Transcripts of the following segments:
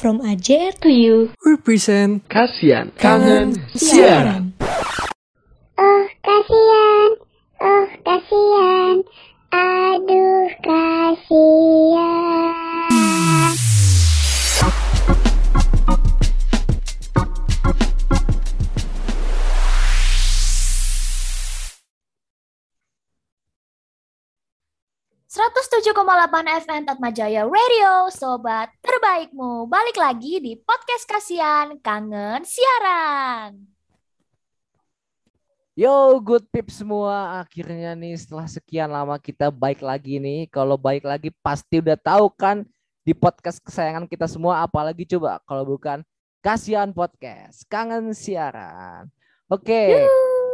From AJR to you. Represent Kasian Kangen Siaran. Oh kasihan, aduh kasihan. FM Tatmajaya Radio, sobat terbaikmu. Balik lagi di podcast Kasian Kangen Siaran. Yo, good pips semua. Akhirnya nih setelah sekian lama kita baik lagi nih. Kalau baik lagi pasti udah tahu kan di podcast kesayangan kita semua. Apalagi coba kalau bukan Kasian Podcast Kangen Siaran. Oke.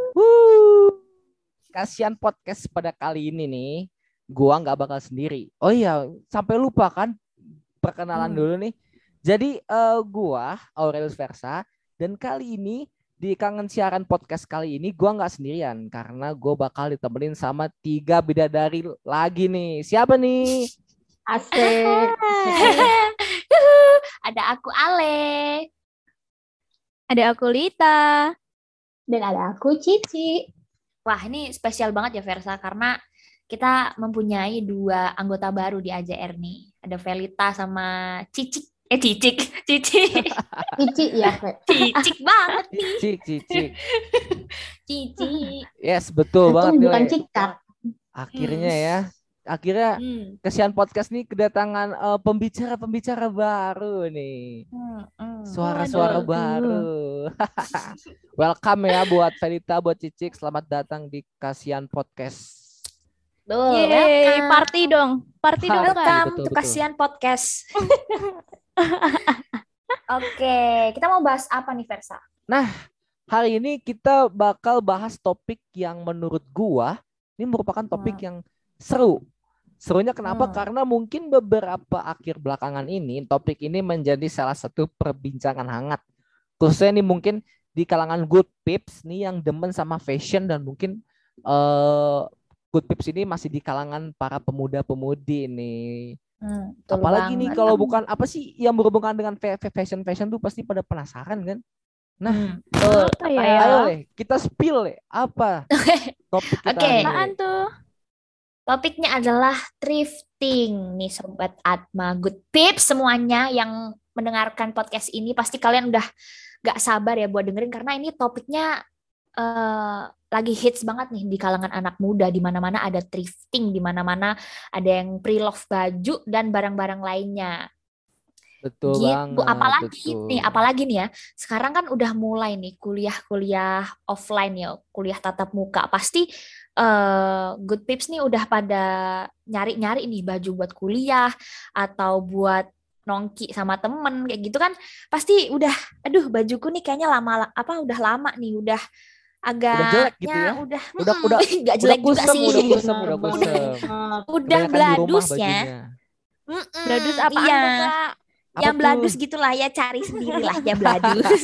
Kasian Podcast pada kali ini nih, gua nggak bakal sendiri. Oh iya, sampai lupa kan perkenalan dulu nih. Jadi gua Aurelius Versa, dan kali ini di Kangen Siaran Podcast kali ini gua nggak sendirian karena gua bakal ditemenin sama 3 bidadari lagi nih. Siapa nih? Asik. Ada aku Ale. Ada aku Lita. Dan ada aku Cici. Wah, ini spesial banget ya Versa, karena kita mempunyai 2 anggota baru di AJR nih. Ada Velita sama Cicik. Cici ya, Fe. Cicik banget nih. Cicik. Cici. Yes, betul banget nih. Bukan Cikak. Akhirnya ya. Akhirnya Kasihan Podcast nih kedatangan pembicara-pembicara baru nih. Suara-suara baru. Welcome ya buat Velita, buat Cicik. Selamat datang di Kasihan Podcast. Yeay, party dong. Party dong kan. Welcome Betul. to Kasian Podcast. Oke, kita mau bahas apa nih Versa? Nah, hari ini kita bakal bahas topik yang menurut gua ini merupakan topik yang seru. Serunya kenapa? Karena mungkin beberapa akhir belakangan ini topik ini menjadi salah satu perbincangan hangat. Khususnya nih mungkin di kalangan good pips nih yang demen sama fashion, dan mungkin good pips ini masih di kalangan para pemuda-pemudi nih. Apalagi nih kalau bukan apa sih yang berhubungan dengan fashion tuh pasti pada penasaran kan? Nah, Apa ya? ayo kita spill apa topik kita hari ini? Apaan tuh? Topiknya adalah thrifting nih Sobat Atma. Good tips semuanya yang mendengarkan podcast ini. Pasti kalian udah gak sabar ya buat dengerin, karena ini topiknya lagi hits banget nih di kalangan anak muda. Di mana-mana ada thrifting, di mana-mana ada yang pre-love baju dan barang-barang lainnya. Betul Gitu. banget. Apalagi nih ya. Sekarang kan udah mulai nih kuliah offline ya, kuliah tatap muka. Pasti good tips nih udah pada nyari-nyari nih baju buat kuliah atau buat nongki sama temen kayak gitu kan. Pasti udah, aduh bajuku nih kayaknya udah lama nih, udah jelek gitu ya. udah Nggak jelek juga kusem, sih. udah kusem. Udah bladus ya. Bladus apaan iya. tuh, Kak? Yang bladus gitulah ya, cari sendirilah ya bladus.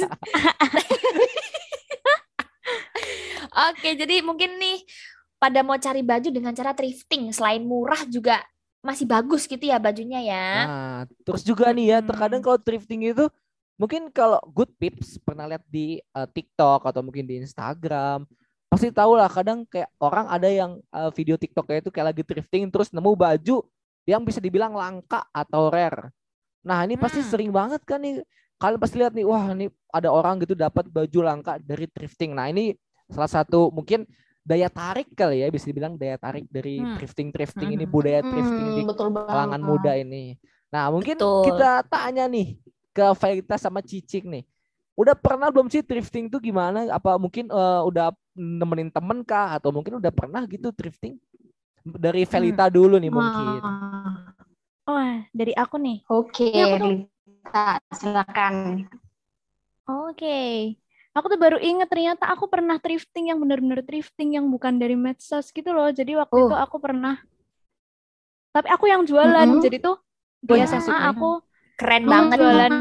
Oke, jadi mungkin nih pada mau cari baju dengan cara thrifting, selain murah juga masih bagus gitu ya bajunya ya. Nah, terus juga nih ya, terkadang kalau thrifting itu mungkin kalau good pips pernah lihat di TikTok atau mungkin di Instagram, pasti tahu lah kadang kayak orang ada yang video TikToknya itu kayak lagi thrifting terus nemu baju yang bisa dibilang langka atau rare. Nah, ini pasti sering banget kan nih. Kalian pasti lihat nih, wah ini ada orang gitu dapat baju langka dari thrifting. Nah, ini salah satu mungkin daya tarik kali ya, bisa dibilang daya tarik dari thrifting ini, budaya thrifting di kalangan muda ini. Nah, mungkin kita tanya nih ke Velita sama Cicik nih. Udah pernah belum sih thrifting tuh gimana? Apa mungkin udah nemenin temen kah? Atau mungkin udah pernah gitu thrifting? Dari Velita dulu nih mungkin. Oh, dari aku nih. Oke, Lita, silakan. Oke. Aku tuh baru inget ternyata aku pernah thrifting yang benar-benar thrifting yang bukan dari medsos gitu loh. Jadi waktu itu aku pernah. Tapi aku yang jualan. Jadi tuh di SMA aku keren banget jualan.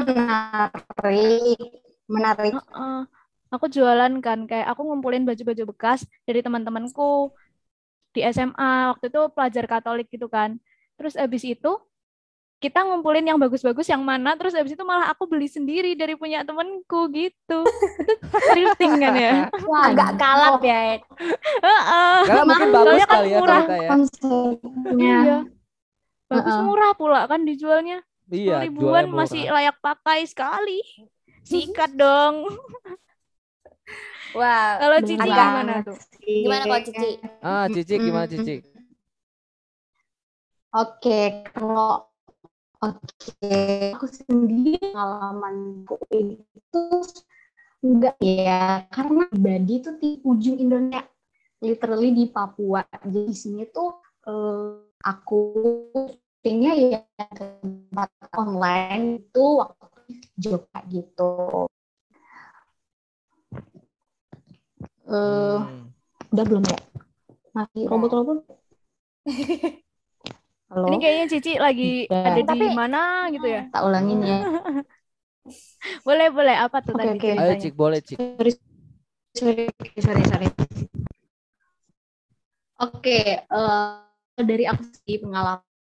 Menarik. Aku jualan kan, kayak aku ngumpulin baju-baju bekas dari teman-temanku di SMA. Waktu itu pelajar Katolik gitu kan. Terus abis itu kita ngumpulin yang bagus-bagus yang mana, terus habis itu malah aku beli sendiri dari punya temenku gitu. Itu thrifting kan ya? Wah, Agak kalap ya. Heeh. Karena mungkin Mahal, bagus soalnya kan kali ya murah. ternyata ya. konsepnya. Iya. Bagus Heeh. murah pula kan dijualnya. Iya, 10 ribuan jualnya murah. masih layak pakai sekali. Sikat dong. Wah, Kalau Bener Cici Agak- gimana tuh? sih. gimana kalau Cici? Cici gimana Cici? Oke, aku sendiri pengalamanku itu enggak ya, karena pribadi itu di ujung Indonesia, literally di Papua. Jadi di sini tuh aku tinggalnya ya tempat online itu waktu di Jogja gitu. Udah belum ya? Masih robot-robot? Halo? Ini kayaknya Cici lagi Iya. ada di Tapi- mana gitu ya? Tak ulangin ya. Boleh apa tuh Oke, tadi oke. Ayo ceritanya? Cik, boleh Cik. Sorry. Oke, dari aku sih pengalaman.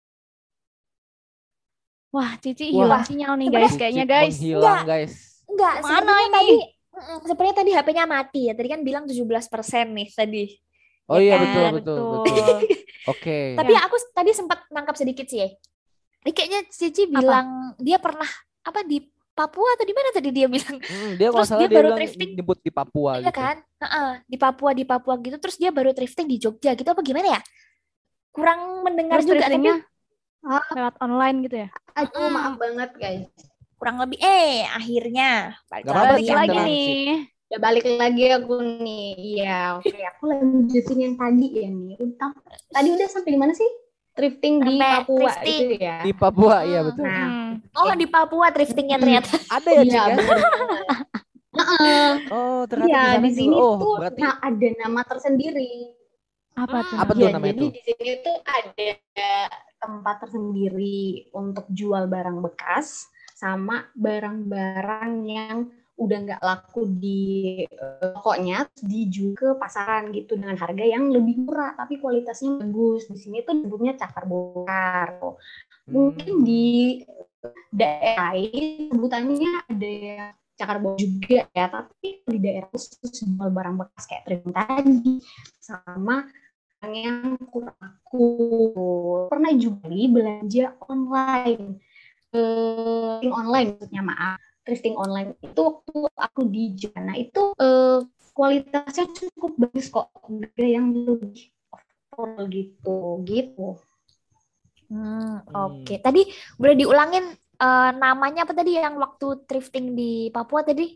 Wah, Cici Wah. hilang sinyal nih guys, Cicik kayaknya guys. menghilang guys. Enggak, Kemana sepertinya ini? tadi sepertinya tadi HP-nya mati ya. Tadi kan bilang 17% nih tadi. Oh Ya iya kan? betul. Oke. Tapi aku tadi sempat nangkap sedikit sih ya. Ini kayaknya Cici bilang dia pernah apa di Papua atau di mana tadi dia bilang? Dia kalau Terus salah dia dia baru bilang thrifting. nyebut di Papua Iya gitu. kan? Heeh, di Papua gitu. Terus dia baru thrifting di Jogja gitu apa gimana ya? Kurang mendengar Terus juga tapi thriftingnya lewat online gitu ya? Aduh, maaf banget guys. kurang lebih akhirnya balik Gak apa-apa, Balik Cik, lagi tenang, nih. Udah balik lagi aku nih. Iya, oke. Aku lanjutin yang tadi ya nih. Tadi udah sampai di mana sih? Thrifting di Sampai Papua thrifting. itu ya. Di Papua, iya betul. Nah, Oh di Papua thriftingnya ternyata. Ada ya Cik iya, ya? bener banget. Heeh. Oh ternyata Iya, di sana di juga. sini Oh tuh berarti ada nama tersendiri. Apa tuh? Apa namanya? tuh Iya, namanya jadi tuh? di sini tuh ada tempat tersendiri untuk jual barang bekas sama barang-barang yang udah nggak laku di tokonya, dijual ke pasaran gitu dengan harga yang lebih murah tapi kualitasnya bagus. Di sini tuh disebutnya cakar bongkar. Mungkin di daerah lain sebutannya ada yang cakar bongkar juga ya, tapi di daerah khusus jual barang bekas kayak thrifting tadi sama yang kurang aku pernah juga belanja online, maksudnya maaf, thrifting online itu waktu aku di Jogja itu kualitasnya cukup bagus kok, harga yang lebih affordable gitu. Oke. Tadi boleh diulangin namanya apa tadi yang waktu thrifting di Papua tadi?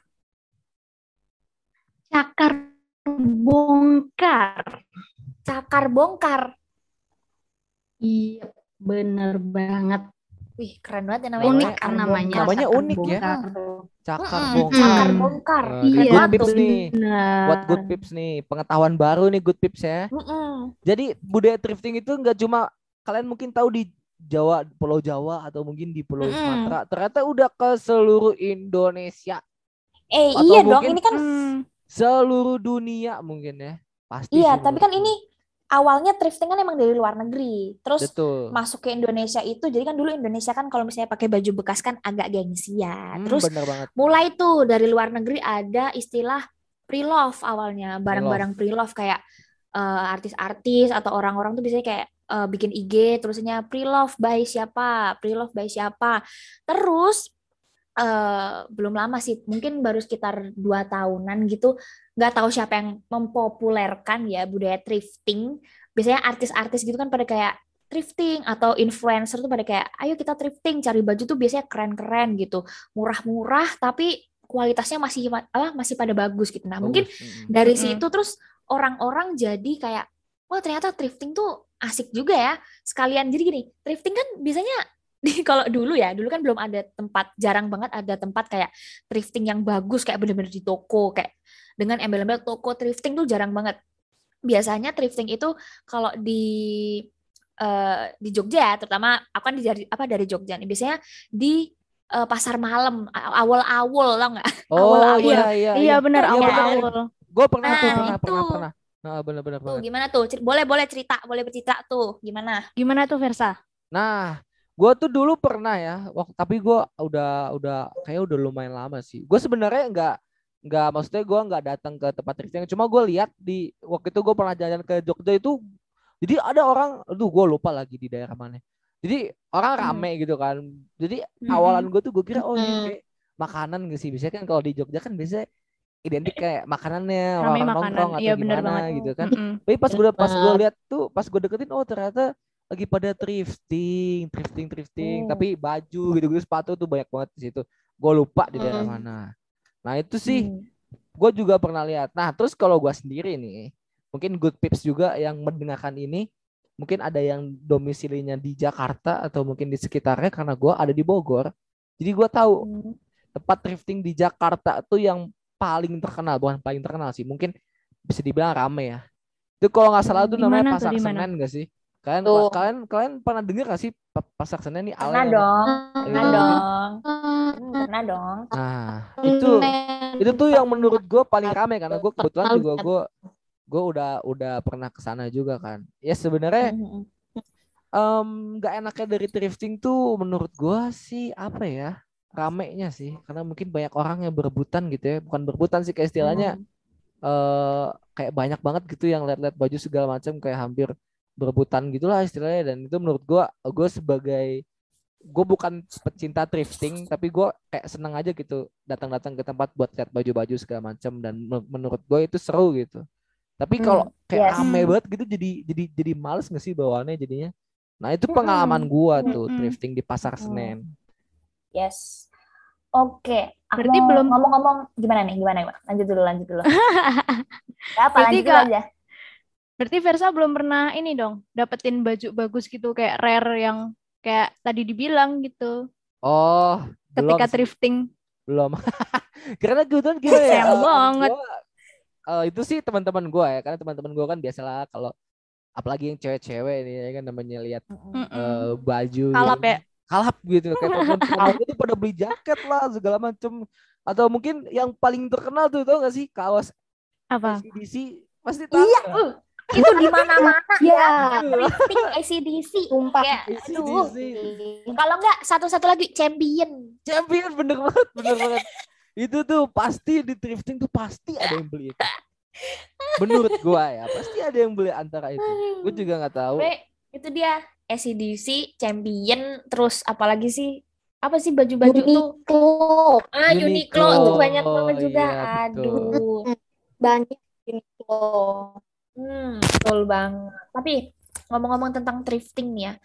Cakar bongkar. Cakar bongkar. Iya, bener banget. Wih, keren banget ya namanya. Unik Cakar kan namanya. Namanya Cakar unik ya. bongkar. Cakar Mm-mm, bongkar. Cakar bongkar. Iya, Good Pips nih. bener. Buat Good Pips nih, pengetahuan baru nih Good Pips ya. Mm-mm. Jadi budaya thrifting itu nggak cuma kalian mungkin tahu di Jawa, Pulau Jawa atau mungkin di Pulau Sumatera, ternyata udah ke seluruh Indonesia, atau Iya dong, mungkin ini kan seluruh dunia mungkin ya. Pasti iya, sih tapi kan menurutku. ini awalnya thrifting kan emang dari luar negeri. Terus Betul. masuk ke Indonesia itu, jadi kan dulu Indonesia kan kalau misalnya pakai baju bekas kan agak gengsi ya. Terus Bener banget. mulai tuh dari luar negeri ada istilah pre-love awalnya, barang-barang pre-love kayak artis-artis atau orang-orang tuh biasanya kayak bikin IG terusnya pre-love by siapa, pre-love by siapa. Terus belum lama sih, mungkin baru sekitar 2 tahunan gitu, nggak tahu siapa yang mempopulerkan ya budaya thrifting. Biasanya artis-artis gitu kan pada kayak thrifting atau influencer tuh pada kayak ayo kita thrifting, cari baju tuh biasanya keren-keren gitu, murah-murah tapi kualitasnya masih pada bagus gitu. Nah, mungkin dari situ terus orang-orang jadi kayak wah ternyata thrifting tuh asik juga ya. Sekalian jadi gini, thrifting kan biasanya kalau dulu kan belum ada tempat, jarang banget ada tempat kayak thrifting yang bagus kayak bener-bener di toko kayak dengan embel-embel toko thrifting tuh jarang banget. Biasanya thrifting itu kalau di Jogja, terutama aku kan dari Jogja nih, biasanya di pasar malam awal-awal tau nggak? Oh Awal-awal. Iya benar Iya, bener. awal-awal. Gue pernah tuh, Nah, pernah. Nah, bener-bener Tuh banget. gimana tuh? Boleh bercerita tuh gimana? Gimana tuh Versa? Nah, Gue tuh dulu pernah ya, tapi gue kayak udah lumayan lama sih. Gue sebenarnya nggak maksudnya gue nggak datang ke tempat thrifting. Cuma gue lihat di waktu itu gue pernah jalan ke Jogja itu, jadi ada orang, aduh gue lupa lagi di daerah mana. Jadi orang rame gitu kan. Jadi awalan gue tuh gue kira oh ini kayak makanan gak sih? Biasanya kan kalau di Jogja kan biasanya identik kayak makanannya Rame orang makanan. nongkrong atau Iya, bener gimana banget. gitu kan. Mm-mm. Tapi pas gue lihat tuh, pas gue deketin, oh ternyata lagi pada thrifting. Tapi baju gitu-gitu, sepatu tuh banyak banget di situ. Gue lupa di daerah mana. Nah itu sih gue juga pernah lihat. Nah terus kalau gue sendiri nih, mungkin Good Pips juga yang mendengarkan ini, mungkin ada yang domisilinya di Jakarta atau mungkin di sekitarnya, karena gue ada di Bogor. Jadi gue tahu tempat thrifting di Jakarta tuh yang paling terkenal, bukan paling terkenal sih, mungkin bisa dibilang rame ya. Itu kalau nggak salah tuh namanya Dimana tuh, Pasar dimana? Senen gak sih? Kalian Tuh. kalian pernah dengar gak sih Pasar Senen nih? Pernah Ale? dong. Pernah Pernah dong. dong. Pernah dong. Nah, itu tuh yang menurut gue paling rame, karena gue kebetulan juga gue udah pernah ke sana juga kan. Ya sebenarnya nggak enaknya dari thrifting tuh menurut gue sih apa ya, ramenya sih, karena mungkin banyak orang yang berebutan gitu ya, bukan berebutan sih, kayak istilahnya kayak banyak banget gitu yang lihat-lihat baju segala macam, kayak hampir berebutan gitulah istilahnya. Dan itu menurut gue sebagai, gue bukan pecinta thrifting, tapi gue kayak seneng aja gitu datang-datang ke tempat buat lihat baju-baju segala macam, dan menurut gue itu seru gitu. Tapi kalau kayak rame banget gitu, jadi males nggak sih bawaannya jadinya. Nah itu pengalaman gue tuh thrifting di Pasar Senen. Yes. Oke. Aku Berarti mau belum- ngomong-ngomong gimana nih? Lanjut dulu. Gak apa, Berarti lanjut dulu aja. Berarti Versa belum pernah ini dong, dapetin baju bagus gitu kayak rare yang kayak tadi dibilang gitu. Oh, Ketika belum sih. thrifting. Belum. Karena kebetulan gimana ya? Sayang banget. Itu sih teman-teman gue ya, karena teman-teman gue kan biasalah kalau apalagi yang cewek-cewek ini ya kan, namanya lihat baju Kalap ya. kalap gitu, kayak teman-teman gue tuh pada beli jaket lah segala macem. Atau mungkin yang paling terkenal tuh, tau gak sih, kaos Apa? AC/DC, pasti tahu. Iya, itu di mana-mana Ya. thrifting ACDC. Sumpah. Kayak, aduh. AC/DC. Kalau enggak satu-satu lagi Champion. Bener banget. Itu tuh pasti di thrifting tuh pasti ada yang beli itu. Menurut gua ya, pasti ada yang beli antara itu. Gue juga nggak tahu. Itu dia ACDC, Champion, terus apalagi sih? Apa sih baju-baju tuh? Uniqlo itu banyak banget juga. Iya, Aduh. Banyak Uniqlo. Betul banget. Tapi ngomong-ngomong tentang thrifting nih ya,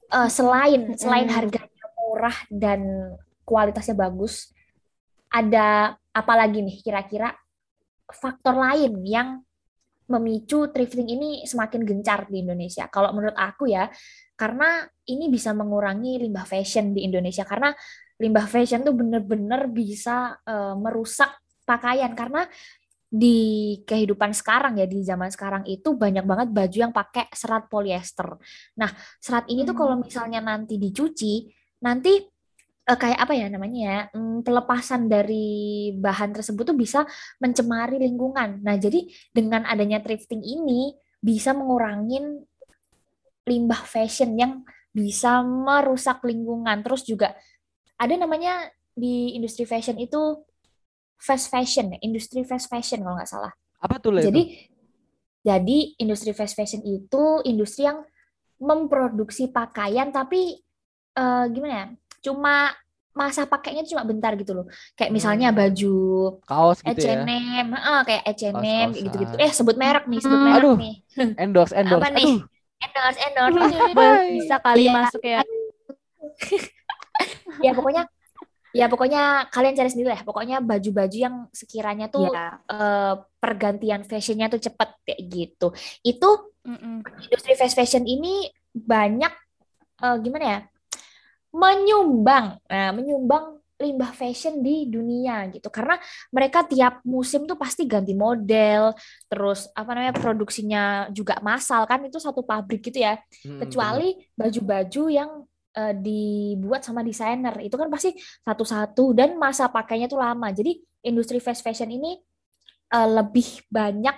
selain harganya murah dan kualitasnya bagus, ada apa lagi nih kira-kira faktor lain yang memicu thrifting ini semakin gencar di Indonesia? Kalau menurut aku ya, karena ini bisa mengurangi limbah fashion di Indonesia, karena limbah fashion tuh bener-bener bisa merusak pakaian, karena di kehidupan sekarang ya, di zaman sekarang itu banyak banget baju yang pakai serat polyester. Nah, serat ini tuh kalau misalnya nanti dicuci, nanti kayak apa ya namanya ya, pelepasan dari bahan tersebut tuh bisa mencemari lingkungan. Nah, jadi dengan adanya thrifting ini bisa mengurangin limbah fashion yang bisa merusak lingkungan. Terus juga ada namanya di industri fashion itu fast fashion, industri fast fashion kalau nggak salah. Apa tuh Jadi industri fast fashion itu industri yang memproduksi pakaian tapi gimana ya? Cuma masa pakainya cuma bentar gitu loh. Kayak misalnya baju kaos gitu H&M, kayak H&M Kaos-kaosan. gitu-gitu. Sebut merek nih. Aduh. Nih. Endorse. Apa nih? Endorse. Bisa kali masuk ya. Ya pokoknya kalian cari sendiri lah. Pokoknya baju-baju yang sekiranya tuh pergantian fashionnya tuh cepet kayak gitu. Itu industri fast fashion ini banyak gimana ya? Menyumbang limbah fashion di dunia gitu, karena mereka tiap musim tuh pasti ganti model, terus produksinya juga massal kan, itu satu pabrik gitu ya. Kecuali baju-baju yang dibuat sama desainer, itu kan pasti satu-satu dan masa pakainya tuh lama. Jadi industri fast fashion ini lebih banyak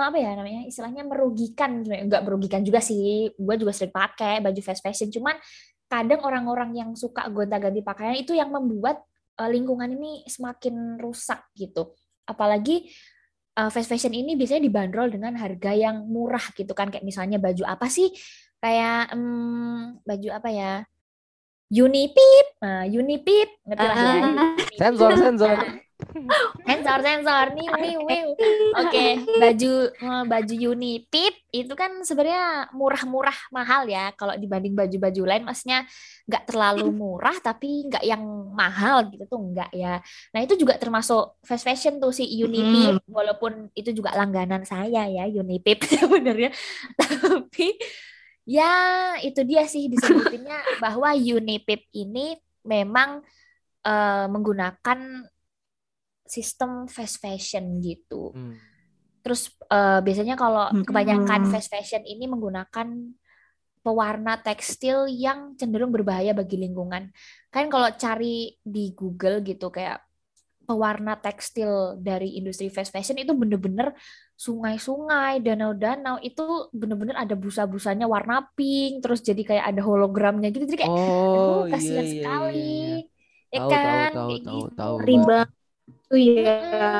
istilahnya merugikan. Nggak merugikan juga sih, gue juga sering pakai baju fast fashion, cuman kadang orang-orang yang suka gonta-ganti pakaian itu yang membuat lingkungan ini semakin rusak gitu. Apalagi fast fashion ini biasanya dibanderol dengan harga yang murah gitu kan, kayak misalnya baju apa sih, kayak baju apa ya, Unipip, ngerti lah ya. Sensor. Sensor, niu. Oke, baju Unipip itu kan sebenarnya murah-murah mahal ya kalau dibanding baju-baju lain, maksudnya nggak terlalu murah tapi nggak yang mahal gitu tuh nggak ya. Nah itu juga termasuk fast fashion tuh si Unipip, walaupun itu juga langganan saya ya Unipip sebenarnya, tapi ya itu dia sih disebutinnya bahwa Unipip ini memang menggunakan sistem fast fashion gitu. Terus biasanya kalau kebanyakan fast fashion ini menggunakan pewarna tekstil yang cenderung berbahaya bagi lingkungan. Kan kalau cari di Google gitu kayak pewarna tekstil dari industri fast fashion itu bener-bener sungai-sungai, danau-danau itu bener-bener ada busa-busanya warna pink, terus jadi kayak ada hologramnya gitu. Jadi kayak aduh kasihan sekali. Ya kan kayak gitu. Tahu. Riba tuh ya.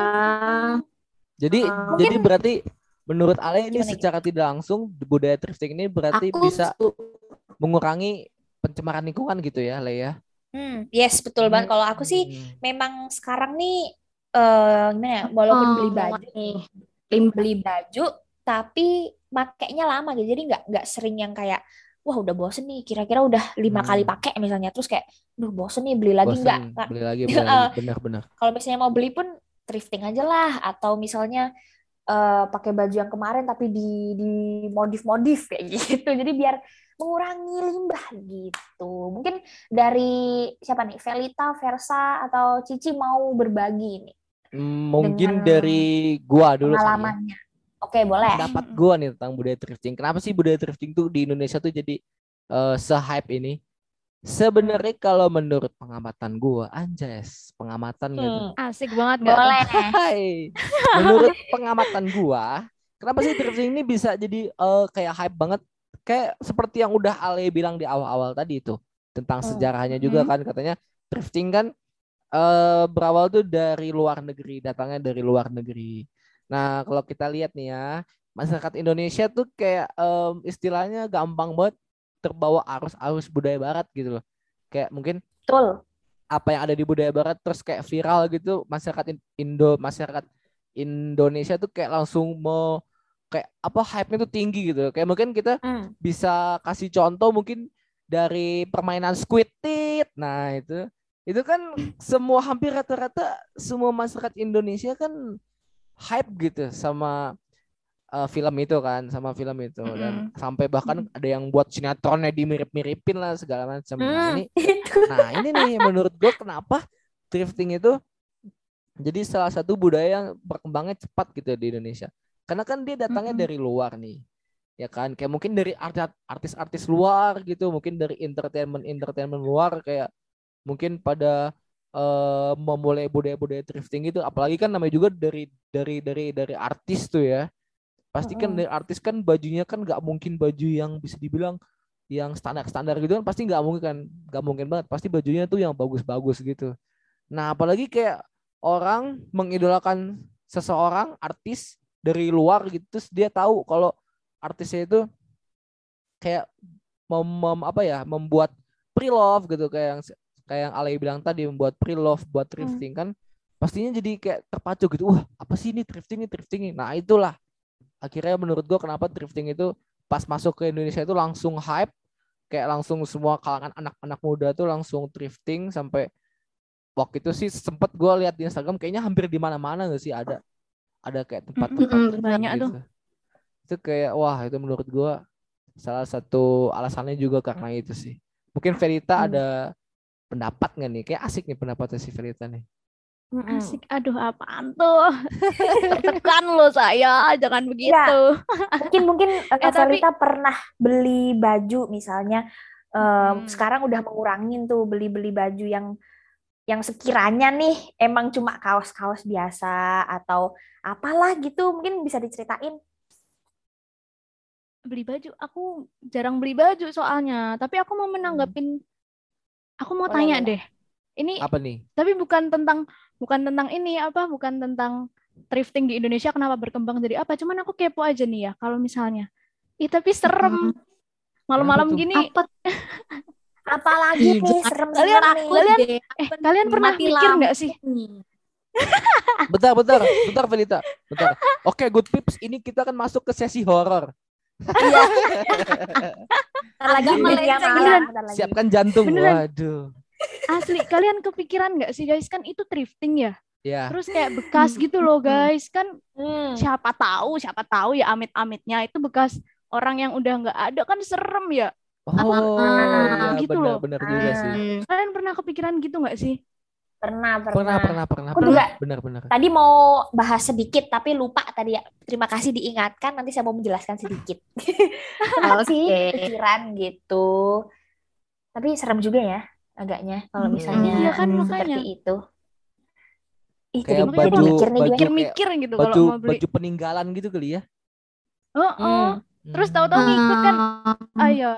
Jadi berarti menurut Ale ini Gimana secara tidak langsung budaya thrifting ini berarti Aku bisa mengurangi pencemaran lingkungan gitu ya, Le ya? Yes, betul banget. Kalau aku sih memang sekarang nih gimana ya, walaupun beli baju tapi makainya lama gitu. Jadi nggak sering yang kayak wah udah bosen nih, kira-kira udah 5 kali pakai misalnya, terus kayak duh bosen nih beli lagi nggak. Beli lagi benar-benar. Kalau misalnya mau beli pun thrifting aja lah, atau misalnya pakai baju yang kemarin tapi di modif kayak gitu. Jadi biar mengurangi limbah gitu. Mungkin dari siapa nih? Velita, Versa, atau Cici mau berbagi nih? Mungkin dari gua dulu kali ya. Pengalamannya. Oke, boleh. Pendapat gua nih tentang budaya thrifting. Kenapa sih budaya thrifting tuh di Indonesia tuh jadi se-hype ini? Sebenarnya kalau menurut pengamatan gua, anjas, pengamatan gitu. Asik banget gak? Boleh. Menurut pengamatan gua, kenapa sih thrifting ini bisa jadi kayak hype banget? Kayak seperti yang udah Ale bilang di awal-awal tadi itu tentang sejarahnya juga kan, katanya thrifting kan berawal tuh dari luar negeri, datangnya dari luar negeri. Nah, kalau kita lihat nih ya, masyarakat Indonesia tuh kayak istilahnya gampang banget terbawa arus budaya barat gitu loh. Kayak mungkin Betul. apa yang ada di budaya barat terus kayak viral gitu, masyarakat Indonesia tuh kayak langsung mau kayak apa hype-nya tuh tinggi gitu. Kayak mungkin kita bisa kasih contoh mungkin dari permainan Squid It. Nah, itu kan hampir rata-rata semua masyarakat Indonesia kan hype gitu sama film itu kan, dan sampai bahkan ada yang buat sinetronnya dimirip-miripin lah segala macam. Nah ini nih menurut gue kenapa thrifting itu jadi salah satu budaya yang berkembangnya cepat gitu di Indonesia. Karena kan dia datangnya dari luar nih, ya kan? Kayak mungkin dari artis-artis luar gitu, mungkin dari entertainment luar, kayak mungkin pada memulai budaya-budaya thrifting itu. Apalagi kan namanya juga dari artis tuh ya. Pasti kan dari artis kan bajunya kan nggak mungkin baju yang bisa dibilang yang standar gitu kan, pasti nggak mungkin banget. Pasti bajunya tuh yang bagus-bagus gitu. Nah apalagi kayak orang mengidolakan seseorang artis dari luar gitu, terus dia tahu kalau artisnya itu kayak membuat pre-love gitu, kayak yang Ale bilang tadi, membuat pre-love buat thrifting kan, pastinya jadi kayak terpacu gitu. Wah apa sih ini thrifting. Nah itulah akhirnya menurut gue kenapa thrifting itu pas masuk ke Indonesia itu langsung hype, kayak langsung semua kalangan anak-anak muda tuh langsung thrifting. Sampai waktu itu sih sempet gue lihat di Instagram kayaknya hampir di mana-mana nggak sih ada kayak tempat-tempat banyak gitu. tuh. Itu kayak wah, itu menurut gue salah satu alasannya juga karena itu sih. Mungkin Verita ada pendapat nggak nih? Kayak asik nih pendapatnya si Verita nih. Asik, aduh apaan tuh? Tekan lo saya, jangan begitu. Ya, mungkin Verita pernah beli baju misalnya, sekarang udah mengurangin tuh beli baju yang sekiranya nih emang cuma kaos-kaos biasa atau apalah gitu, mungkin bisa diceritain. beli baju. Aku jarang beli baju soalnya. Tapi aku mau menanggapin, aku mau Boleh, tanya boleh. deh. Ini Apa nih? tapi bukan tentang bukan tentang thrifting di Indonesia kenapa berkembang jadi apa. Cuman aku kepo aja nih ya kalau misalnya. Tapi serem malam-malam Kenapa tuh? gini. Apa Apalagi Ih, nih jangan serem-serem nih. Kalian pernah mati mikir nggak lampu sih? nih. Bentar, Felita. Bentar. Oke, Good Pips. Ini kita akan masuk ke sesi horor. Iya. Bentar lagi Agak nih ya, melenceng malah. ya. Bentar lagi. Siapkan jantung. Beneran. Waduh. Asli, kalian kepikiran nggak sih guys, kan itu thrifting ya. Ya. Terus kayak bekas gitu loh guys, kan Hmm. siapa tahu ya amit-amitnya itu bekas orang yang udah nggak ada, kan serem ya. Oh, iya gitu loh. benar juga sih. Kalian pernah kepikiran gitu nggak sih? Pernah. Pernah. Aku juga Benar. tadi mau bahas sedikit tapi lupa tadi ya. Terima kasih diingatkan, nanti saya mau menjelaskan sedikit. Pernah sih pikiran gitu. Tapi serem juga ya agaknya kalau misalnya Iya kan, seperti makanya. itu. Ih, Kayak jadi baju- mikir nih gue. kayak Mikir gitu kalau mau beli. baju peninggalan gitu kali ya. Terus tahu-tahu ngikut kan. Ayo.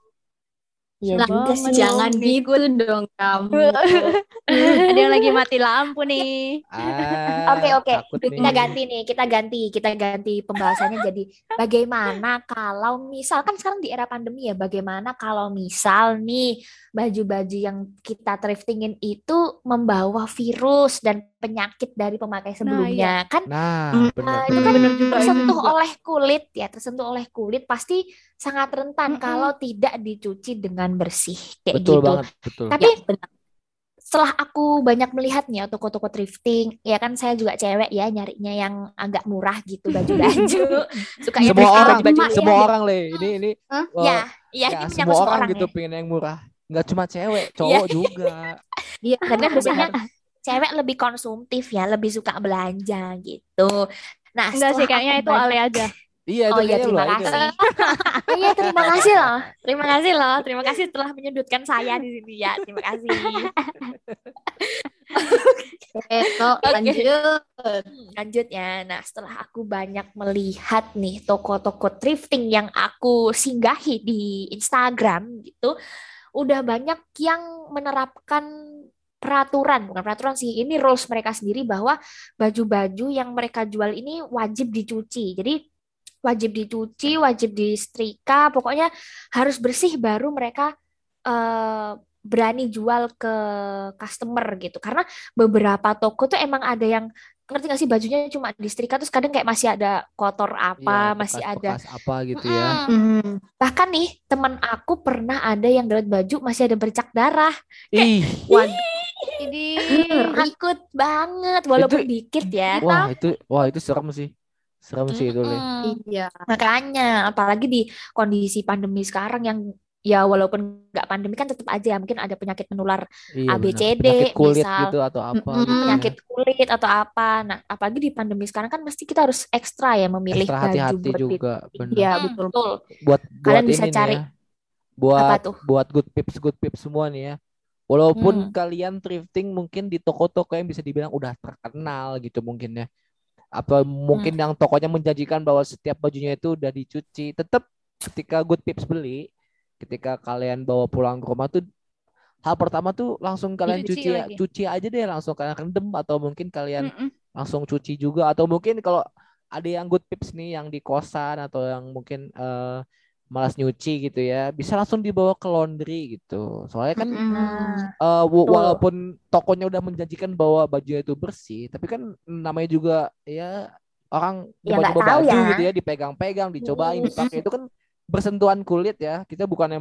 Iya Lah, juga sih. Jangan gitu dong kamu. Ada yang lagi mati lampu nih. Oke. Takut nih. Kita ganti pembahasannya jadi bagaimana kalau misalkan sekarang di era pandemi ya, bagaimana kalau misal nih baju-baju yang kita thriftingin itu membawa virus dan penyakit dari pemakai sebelumnya. Kan Nah, benar. itu kan Bener juga, tersentuh juga. oleh kulit pasti sangat rentan kalau tidak dicuci dengan bersih kayak Betul gitu. banget, betul. Tapi Ya, benar. setelah aku banyak melihat nih ya toko-toko thrifting, ya kan saya juga cewek ya, nyarinya yang agak murah gitu baju-baju. Suka ya Semua orang, baju-baju semua ya. orang ini Ya, ya, ini semua menyangkut orang orang gitu ya. pengen yang murah. Nggak cuma cewek, cowok juga. Iya, Tapi kan biasanya cewek lebih konsumtif ya, lebih suka belanja gitu. Nah, Enggak sih, setelah kayaknya aku itu banyak- Ale aja. Iya, itu Oh iya, kayaknya terima lu aja kasih. nih. Iya, terima kasih loh. Terima kasih telah menyudutkan saya di sini ya. Terima kasih. lanjut. Lanjut ya. Nah, setelah aku banyak melihat nih toko-toko thrifting yang aku singgahi di Instagram gitu, udah banyak yang menerapkan bukan peraturan sih, ini rules mereka sendiri bahwa baju-baju yang mereka jual ini wajib dicuci. Jadi wajib dicuci, wajib disetrika, pokoknya harus bersih baru mereka berani jual ke customer gitu. Karena beberapa toko tuh emang ada yang, ngerti gak sih, bajunya cuma disetrika terus kadang kayak masih ada kotor apa, Iya, masih ada. bekas apa gitu ya. Bahkan nih teman aku pernah ada yang dapat baju masih ada bercak darah. Ih, Jadi Takut banget walaupun dikit ya. wah itu serem sih. Serem sih itu, Le. Iya. Makanya apalagi di kondisi pandemi sekarang yang ya walaupun nggak pandemi kan tetap aja ya mungkin ada penyakit menular Iya, benar. ABCD Penyakit kulit misal. gitu atau apa gitu ya. Penyakit kulit atau apa. Nah, apalagi di pandemi sekarang kan mesti kita harus ekstra ya memilih Extra baju hati-hati buat juga, benar. Iya, betul. betul. Buat Kalian bisa ini nih cari ya. Buat apa tuh? buat good pips semua nih ya. Walaupun kalian thrifting mungkin di toko-toko yang bisa dibilang udah terkenal gitu mungkin ya. Atau mungkin yang tokonya menjanjikan bahwa setiap bajunya itu udah dicuci, tetap ketika good pips beli, ketika kalian bawa pulang ke rumah tuh hal pertama tuh langsung kalian Dicuci lagi. cuci aja deh, langsung kalian rendam atau mungkin kalian langsung cuci juga, atau mungkin kalau ada yang good pips nih yang di kosan atau yang mungkin malas nyuci gitu ya, bisa langsung dibawa ke laundry gitu. Soalnya kan walaupun tokonya udah menjanjikan bahwa bajunya itu bersih, tapi kan namanya juga ya orang Ya, nggak coba-coba tahu baju ya. gitu ya, dipegang-pegang, dicobain, dipakai, itu kan bersentuhan kulit ya. Kita bukannya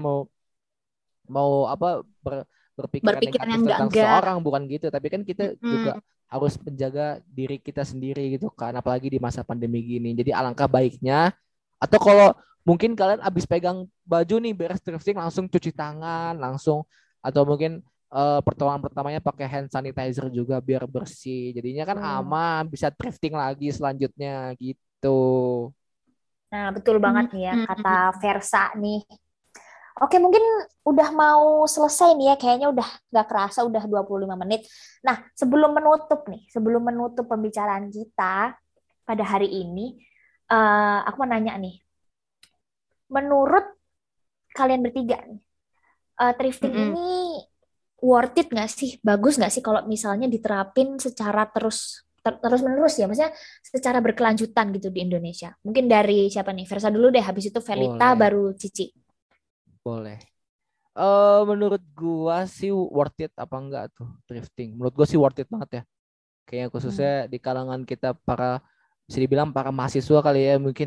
mau apa berpikiran Berpikiran negatif yang tentang enggak. seseorang, bukan gitu, tapi kan kita juga harus menjaga diri kita sendiri gitu kan, apalagi di masa pandemi gini. Jadi alangkah baiknya, atau kalau mungkin kalian abis pegang baju nih beres thrifting langsung cuci tangan langsung, atau mungkin pertolongan pertamanya pakai hand sanitizer juga biar bersih, jadinya kan aman, bisa thrifting lagi selanjutnya gitu. Nah, betul banget nih ya kata Versa nih. Oke, mungkin udah mau selesai nih ya, kayaknya udah nggak kerasa udah 25 menit. Nah, sebelum menutup pembicaraan kita pada hari ini, aku mau nanya nih. menurut kalian bertiga nih, thrifting ini worth it nggak sih? Bagus nggak sih kalau misalnya diterapin secara terus menerus ya? Maksudnya secara berkelanjutan gitu di Indonesia. Mungkin dari siapa nih? Versa dulu deh, habis itu Velita, Boleh. baru Cici. Boleh. Menurut gua sih worth it apa enggak tuh thrifting? Menurut gua sih worth it banget ya. Kayaknya khususnya di kalangan kita bisa dibilang para mahasiswa kali ya, mungkin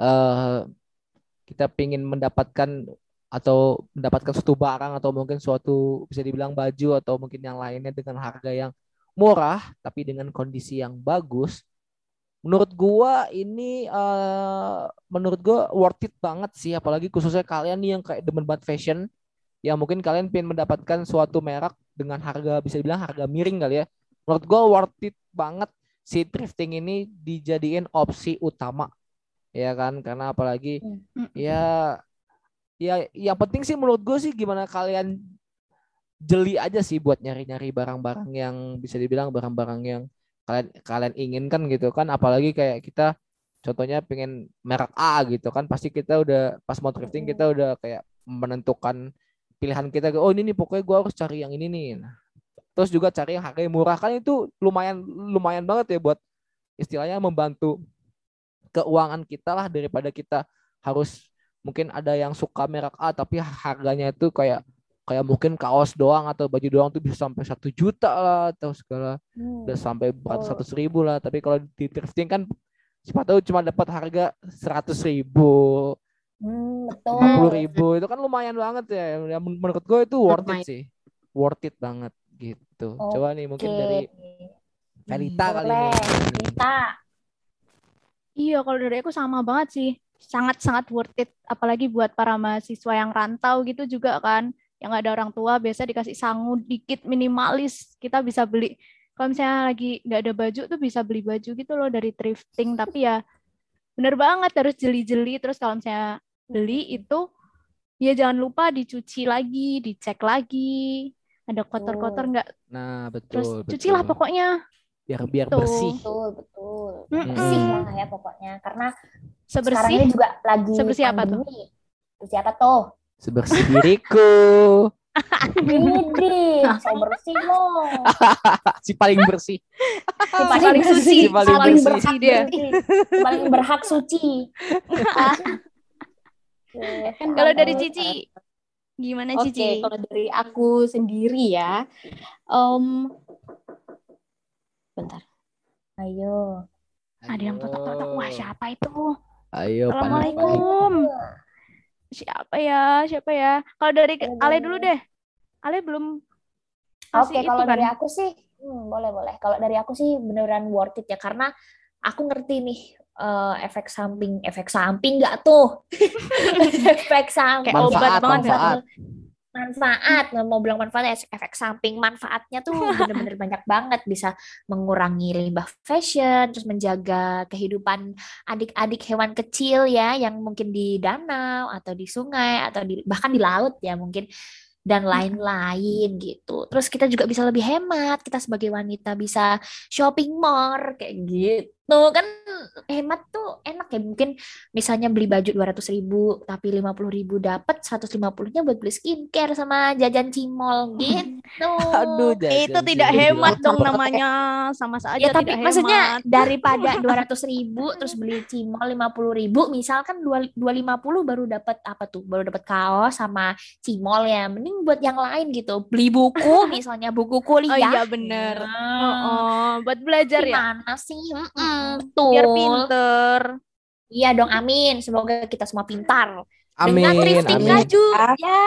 kita pingin mendapatkan suatu barang atau mungkin suatu bisa dibilang baju atau mungkin yang lainnya dengan harga yang murah tapi dengan kondisi yang bagus. Menurut gua worth it banget sih, apalagi khususnya kalian nih yang kayak demen banget fashion, ya mungkin kalian pengen mendapatkan suatu merek dengan harga bisa dibilang harga miring kali ya. Menurut gua worth it banget si thrifting ini dijadiin opsi utama, ya kan? Karena apalagi ya yang penting sih menurut gue sih gimana kalian jeli aja sih buat nyari-nyari barang-barang yang bisa dibilang barang-barang yang kalian inginkan gitu kan. Apalagi kayak kita contohnya pengen merek A gitu kan, pasti kita udah pas mau thrifting kita udah kayak menentukan pilihan kita, oh ini nih pokoknya gue harus cari yang ini nih. Nah, terus juga cari yang harganya murah, kan itu lumayan banget ya buat istilahnya membantu keuangan kita lah, daripada kita harus mungkin ada yang suka merek A tapi harganya itu kayak mungkin kaos doang atau baju doang tuh bisa sampai 1 juta lah atau segala udah sampai beratus ribu lah. Tapi kalau di thrifting kan siapa tahu cuma dapat harga 100.000, 50.000, itu kan lumayan banget ya. Menurut gue itu worth it banget gitu. Coba nih mungkin dari Velita kali ini. Iya, kalau dari aku sama banget sih. Sangat-sangat worth it. Apalagi buat para mahasiswa yang rantau gitu juga kan. Yang nggak ada orang tua, biasa dikasih sangu dikit, minimalis. Kita bisa beli. Kalau misalnya lagi nggak ada baju tuh bisa beli baju gitu loh dari thrifting. Tapi ya bener banget harus jeli-jeli. Terus kalau misalnya beli itu, ya jangan lupa dicuci lagi, dicek lagi. Ada kotor-kotor nggak? Nah, betul. Terus cucilah pokoknya. Biar bersih. Betul. Bersih lah ya pokoknya. Karena sebersih, sekarang ini juga lagi sebersih apa tuh? Sebersih apa tuh? Sebersih diriku. Widih, so bersih loh. Si paling bersih. Si paling suci. Si paling berhak dia. Paling berhak suci. Kalau dari Cici, gimana Cici? Kalau dari aku sendiri ya, bentar. Ayo. Ada yang totok-totok. Wah, siapa itu? Ayo, Assalamualaikum. Siapa ya? Kalau dari Ale dulu deh. Ale belum. Oke, kalau dari aku sih, boleh. Kalau dari aku sih beneran worth it ya, karena aku ngerti nih efek samping nggak tuh? Efek samping. Kayak obat banget. Manfaat, mau bilang manfaat, efek samping manfaatnya tuh bener-bener banyak banget. Bisa mengurangi limbah fashion, terus menjaga kehidupan adik-adik hewan kecil ya, yang mungkin di danau atau di sungai atau bahkan di laut ya mungkin, dan lain-lain gitu. Terus kita juga bisa lebih hemat, kita sebagai wanita bisa shopping more kayak gitu kan, hemat tuh enak ya. Mungkin misalnya beli baju 200.000 tapi 50.000 dapat 150-nya buat beli skincare sama jajan cimol gitu. Aduh, itu tidak hemat dong namanya, sama saja ya, tapi tidak maksudnya hemat. daripada 200.000 terus beli cimol 50.000, misalkan 250 baru dapat apa tuh, baru dapat kaos sama cimol ya, mending buat yang lain gitu, beli buku misalnya, buku kuliah. Oh iya bener. Buat belajar ya. Gimana sih? Betul. Biar pinter. Iya dong, amin. Semoga kita semua pintar. Amin. Dengan thrifting laju. Ya.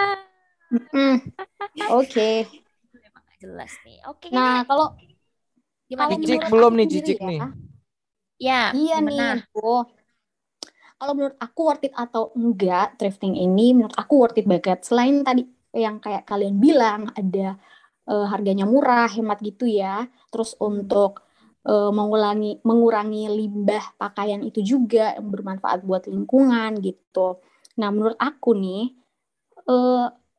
Oke. Memang gak jelas nih. Oke. Nah, kalau gimana? Cicik menurut belum aku nih, sendiri Cicik ya, nih. Ya. Iya gimana? nih, Bu. Kalau menurut aku worth it atau enggak thrifting ini, menurut aku worth it banget. Selain tadi yang kayak kalian bilang ada harganya murah, hemat gitu ya. Terus untuk mengurangi limbah pakaian itu juga yang bermanfaat buat lingkungan gitu. Nah, menurut aku nih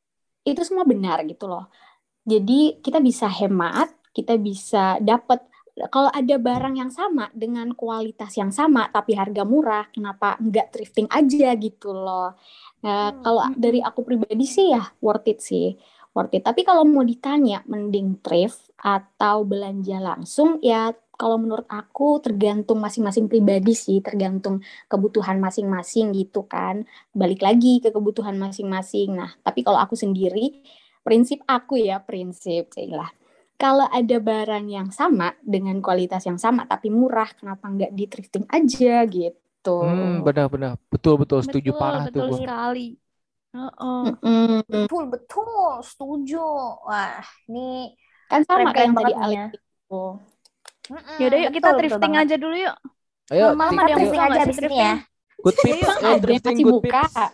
itu semua benar gitu loh. Jadi kita bisa hemat, kita bisa dapat kalau ada barang yang sama dengan kualitas yang sama tapi harga murah, kenapa nggak thrifting aja gitu loh. Kalau dari aku pribadi sih ya worth it sih. Worth it. Tapi kalau mau ditanya mending thrift atau belanja langsung, ya kalau menurut aku tergantung masing-masing pribadi sih, tergantung kebutuhan masing-masing gitu kan. Balik lagi ke kebutuhan masing-masing. Nah, tapi kalau aku sendiri, prinsip aku ya, lah. Kalau ada barang yang sama dengan kualitas yang sama tapi murah, kenapa nggak di thrifting aja gitu? Benar-benar, betul setuju parah betul tuh. sekali. Betul, setuju. Wah, ini kan sama kayak yang tadi banget Alex itu. Yaudah yuk kita thrifting aja dulu yuk. Ayo, Malam Kita ada yang thrifting buka aja nggak abis sih ini ya. thrifting? Good Pips, Ada drifting masih Good buka. Pips.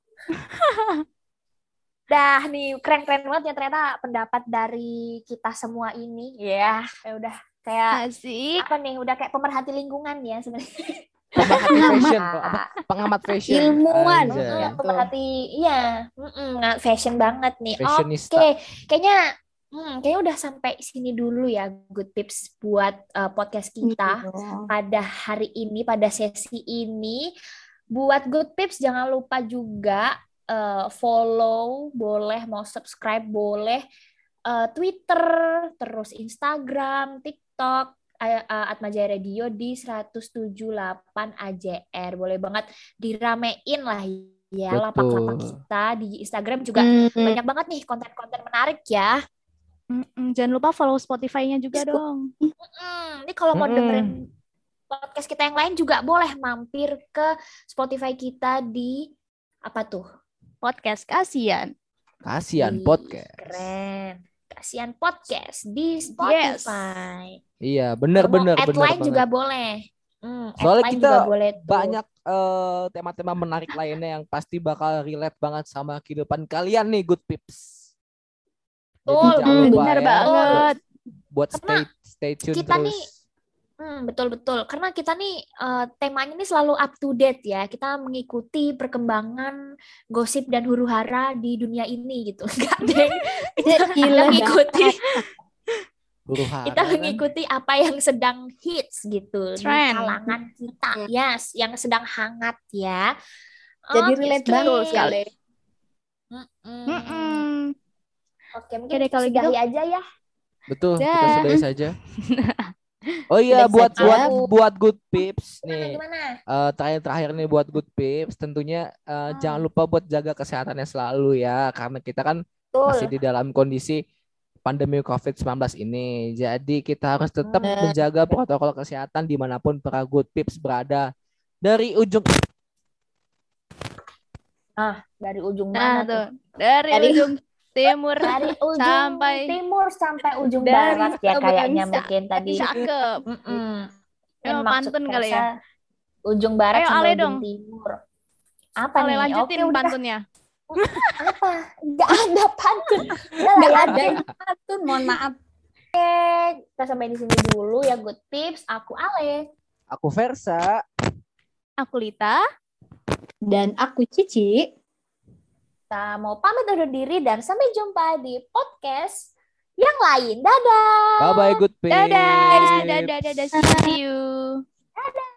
Dah nih keren banget ya ternyata pendapat dari kita semua ini. Ya udah kayak Asik. apa nih? Udah kayak pemerhati lingkungan ya sebenarnya. Pemerhati fashion, pengamat fashion. Ilmuwan. Anjay. Pemerhati, iya, fashion banget nih. Fashionista. Oke, kayaknya udah sampai sini dulu ya Good Pips buat podcast kita pada hari ini, pada sesi ini. Buat Good Pips jangan lupa juga follow boleh, mau subscribe boleh, Twitter, terus Instagram, TikTok, Atmajaya Radio di 107.8 AJR. Boleh banget diramein lah ya lapak-lapak kita di Instagram juga. Banyak banget nih konten-konten menarik ya. Jangan lupa follow Spotify-nya juga dong. Ini kalau mau dengerin podcast kita yang lain juga boleh mampir ke Spotify kita di apa tuh? Podcast Kasian. Podcast. Keren. Kasian podcast di Spotify. Iya, benar. Lain juga boleh. Soalnya kita juga boleh tuh. Banyak tema-tema menarik lainnya yang pasti bakal relate banget sama kehidupan kalian nih, Good Pips. Jadi jangan lupa benar ya, banget. buat stay tune kita terus. Nih, betul. Karena kita nih temanya nih selalu up to date ya. Kita mengikuti perkembangan gosip dan huru-hara di dunia ini gitu. Enggak deh. Kita mengikuti. Kita mengikuti apa yang sedang hits gitu di kalangan kita. Yes, yang sedang hangat ya. Jadi relate banget sekali. Oke, mungkin kita sudahi aja ya. Betul, kita sudahi saja. Oh iya, buat Good Pips nih. Terakhir nih buat Good Pips, tentunya jangan lupa buat jaga kesehatannya selalu ya, karena kita kan masih di dalam kondisi pandemi COVID-19 ini. Jadi kita harus tetap menjaga protokol kesehatan dimanapun para Good Pips berada. Dari ujung dari ujung mana tuh? Dari ujung timur sampai ujung barat ya kayaknya mungkin tadi. Cakep. Pantun kali ya. Ujung barat sampai ujung dong. timur. Apa Ale nih? lanjutin pantunnya. Apa? Enggak ada pantun. Enggak ada pantun, mohon maaf. Oke, kita sampai di sini dulu ya Good Pips. Aku Ale. Aku Versa. Aku Lita. Dan aku Cici. Kita mau pamit undur diri dan sampai jumpa di podcast yang lain. Dadah. Bye-bye Good Pips. Dadah. See you. Dadah.